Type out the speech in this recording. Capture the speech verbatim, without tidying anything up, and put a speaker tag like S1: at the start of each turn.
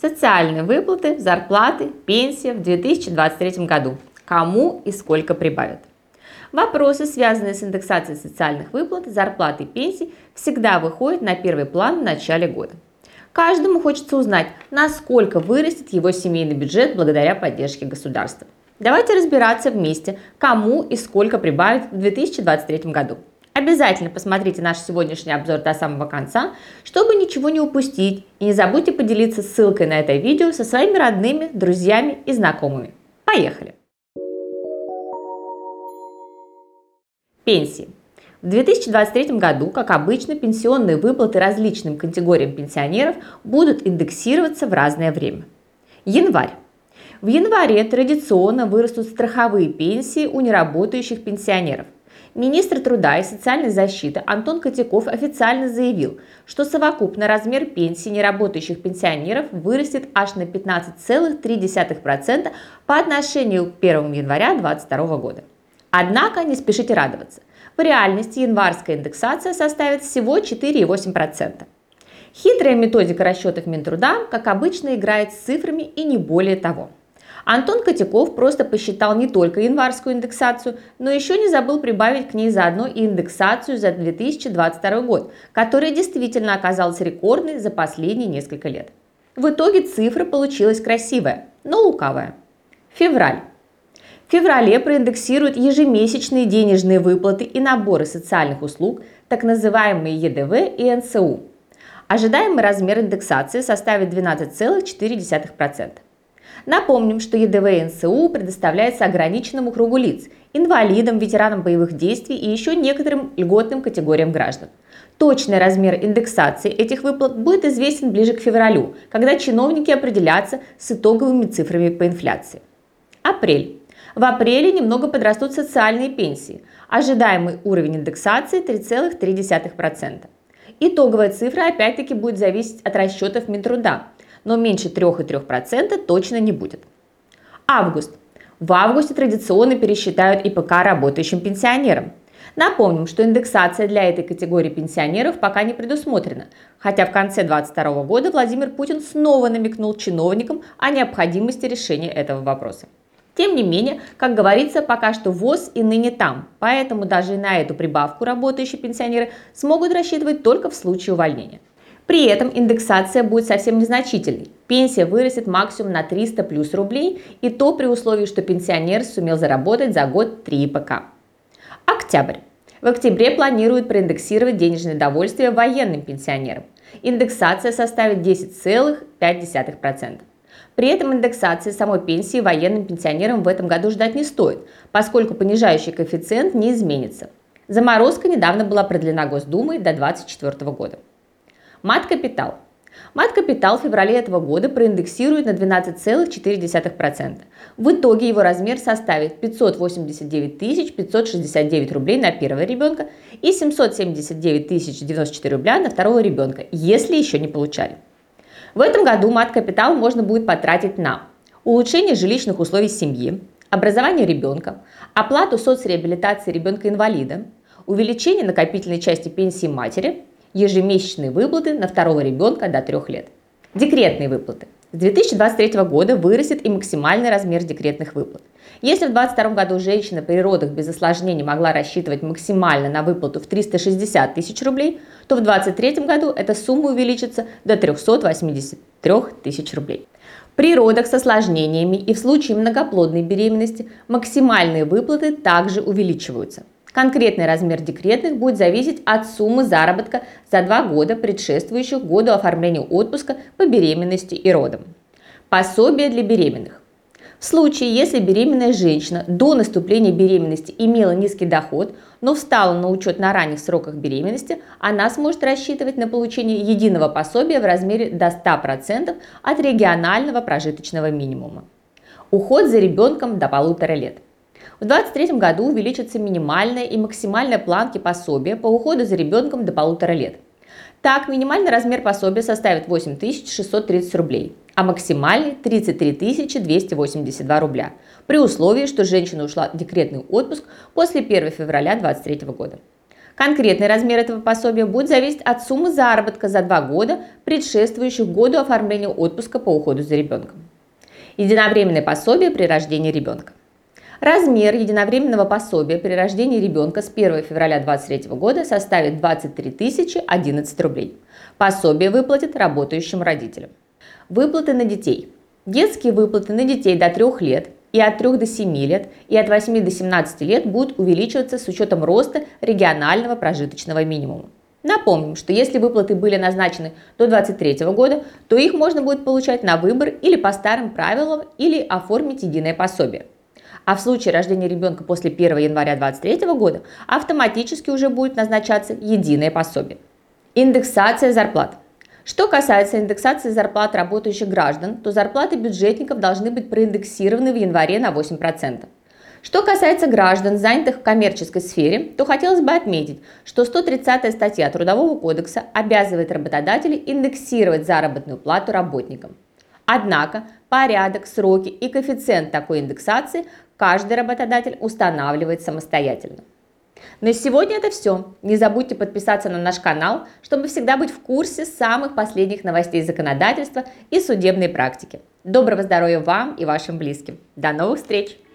S1: Социальные выплаты, зарплаты, пенсия в две тысячи двадцать третьем году. Кому и сколько прибавят? Вопросы, связанные с индексацией социальных выплат, зарплат и пенсий, всегда выходят на первый план в начале года. Каждому хочется узнать, насколько вырастет его семейный бюджет благодаря поддержке государства. Давайте разбираться вместе, кому и сколько прибавят в две тысячи двадцать третьем году. Обязательно посмотрите наш сегодняшний обзор до самого конца, чтобы ничего не упустить, и не забудьте поделиться ссылкой на это видео со своими родными, друзьями и знакомыми. Поехали! Пенсии. В две тысячи двадцать третьем году, как обычно, пенсионные выплаты различным категориям пенсионеров будут индексироваться в разное время. Январь. В январе традиционно вырастут страховые пенсии у неработающих пенсионеров. Министр труда и социальной защиты Антон Котяков официально заявил, что совокупный размер пенсии неработающих пенсионеров вырастет аж на пятнадцать целых три десятых процента по отношению к первому января две тысячи двадцать второго года. Однако не спешите радоваться. В реальности январская индексация составит всего четыре целых восемь десятых процента. Хитрая методика расчетов Минтруда, как обычно, играет с цифрами и не более того. Антон Котяков просто посчитал не только январскую индексацию, но еще не забыл прибавить к ней заодно и индексацию за две тысячи двадцать второй год, которая действительно оказалась рекордной за последние несколько лет. В итоге цифра получилась красивая, но лукавая. Февраль. В феврале проиндексируют ежемесячные денежные выплаты и наборы социальных услуг, так называемые Е Д В и Н С У. Ожидаемый размер индексации составит двенадцать целых четыре десятых процента. Напомним, что Е Д В и Н С У предоставляется ограниченному кругу лиц, инвалидам, ветеранам боевых действий и еще некоторым льготным категориям граждан. Точный размер индексации этих выплат будет известен ближе к февралю, когда чиновники определятся с итоговыми цифрами по инфляции. Апрель. В апреле немного подрастут социальные пенсии. Ожидаемый уровень индексации три целых три десятых процента. Итоговая цифра опять-таки будет зависеть от расчетов Минтруда, но меньше трёх целых трёх десятых процента точно не будет. Август. В августе традиционно пересчитают И П К работающим пенсионерам. Напомним, что индексация для этой категории пенсионеров пока не предусмотрена, хотя в конце две тысячи двадцать второго года Владимир Путин снова намекнул чиновникам о необходимости решения этого вопроса. Тем не менее, как говорится, пока что ВОЗ и ныне там, поэтому даже и на эту прибавку работающие пенсионеры смогут рассчитывать только в случае увольнения. При этом индексация будет совсем незначительной. Пенсия вырастет максимум на триста плюс рублей, и то при условии, что пенсионер сумел заработать за год три И П К. Октябрь. В октябре планируют проиндексировать денежное довольствие военным пенсионерам. Индексация составит десять целых пять десятых процента. При этом индексации самой пенсии военным пенсионерам в этом году ждать не стоит, поскольку понижающий коэффициент не изменится. Заморозка недавно была продлена Госдумой до две тысячи двадцать четвёртого года. Мат-капитал. Мат-капитал в феврале этого года проиндексируют на двенадцать целых четыре десятых процента. В итоге его размер составит пятьсот восемьдесят девять тысяч пятьсот шестьдесят девять рублей на первого ребенка и семьсот семьдесят девять тысяч девяносто четыре рубля на второго ребенка, если еще не получали. В этом году мат-капитал можно будет потратить на улучшение жилищных условий семьи, образование ребенка, оплату соцреабилитации ребенка-инвалида, увеличение накопительной части пенсии матери, ежемесячные выплаты на второго ребенка до трёх лет. Декретные выплаты. С две тысячи двадцать третьего года вырастет и максимальный размер декретных выплат. Если в две тысячи двадцать втором году женщина при родах без осложнений могла рассчитывать максимально на выплату в триста шестьдесят тысяч рублей, то в две тысячи двадцать третьем году эта сумма увеличится до трёхсот восьмидесяти трёх тысяч рублей. При родах с осложнениями и в случае многоплодной беременности максимальные выплаты также увеличиваются. Конкретный размер декретных будет зависеть от суммы заработка за два года, предшествующих году оформления отпуска по беременности и родам. Пособие для беременных. В случае, если беременная женщина до наступления беременности имела низкий доход, но встала на учет на ранних сроках беременности, она сможет рассчитывать на получение единого пособия в размере до ста процентов от регионального прожиточного минимума. Уход за ребенком до полутора лет. В две тысячи двадцать третьем году увеличатся минимальная и максимальная планки пособия по уходу за ребенком до полутора лет. Так, минимальный размер пособия составит восемь тысяч шестьсот тридцать рублей, а максимальный – тридцать три тысячи двести восемьдесят два рубля, при условии, что женщина ушла в декретный отпуск после первого февраля две тысячи двадцать третьего года. Конкретный размер этого пособия будет зависеть от суммы заработка за два года, предшествующих году оформления отпуска по уходу за ребенком. Единовременное пособие при рождении ребенка. Размер единовременного пособия при рождении ребенка с первого февраля две тысячи двадцать третьего года составит двадцать три тысячи одиннадцать рублей. Пособие выплатят работающим родителям. Выплаты на детей. Детские выплаты на детей до трёх лет и от трёх до семи лет и от восьми до семнадцати лет будут увеличиваться с учетом роста регионального прожиточного минимума. Напомним, что если выплаты были назначены до две тысячи двадцать третьего года, то их можно будет получать на выбор или по старым правилам, или оформить единое пособие. А в случае рождения ребенка после первого января две тысячи двадцать третьего года автоматически уже будет назначаться единое пособие. Индексация зарплат. Что касается индексации зарплат работающих граждан, то зарплаты бюджетников должны быть проиндексированы в январе на восемь процентов. Что касается граждан, занятых в коммерческой сфере, то хотелось бы отметить, что сто тридцатая статья Трудового кодекса обязывает работодателей индексировать заработную плату работникам. Однако порядок, сроки и коэффициент такой индексации каждый работодатель устанавливает самостоятельно. На сегодня это все. Не забудьте подписаться на наш канал, чтобы всегда быть в курсе самых последних новостей законодательства и судебной практики. Доброго здоровья вам и вашим близким. До новых встреч!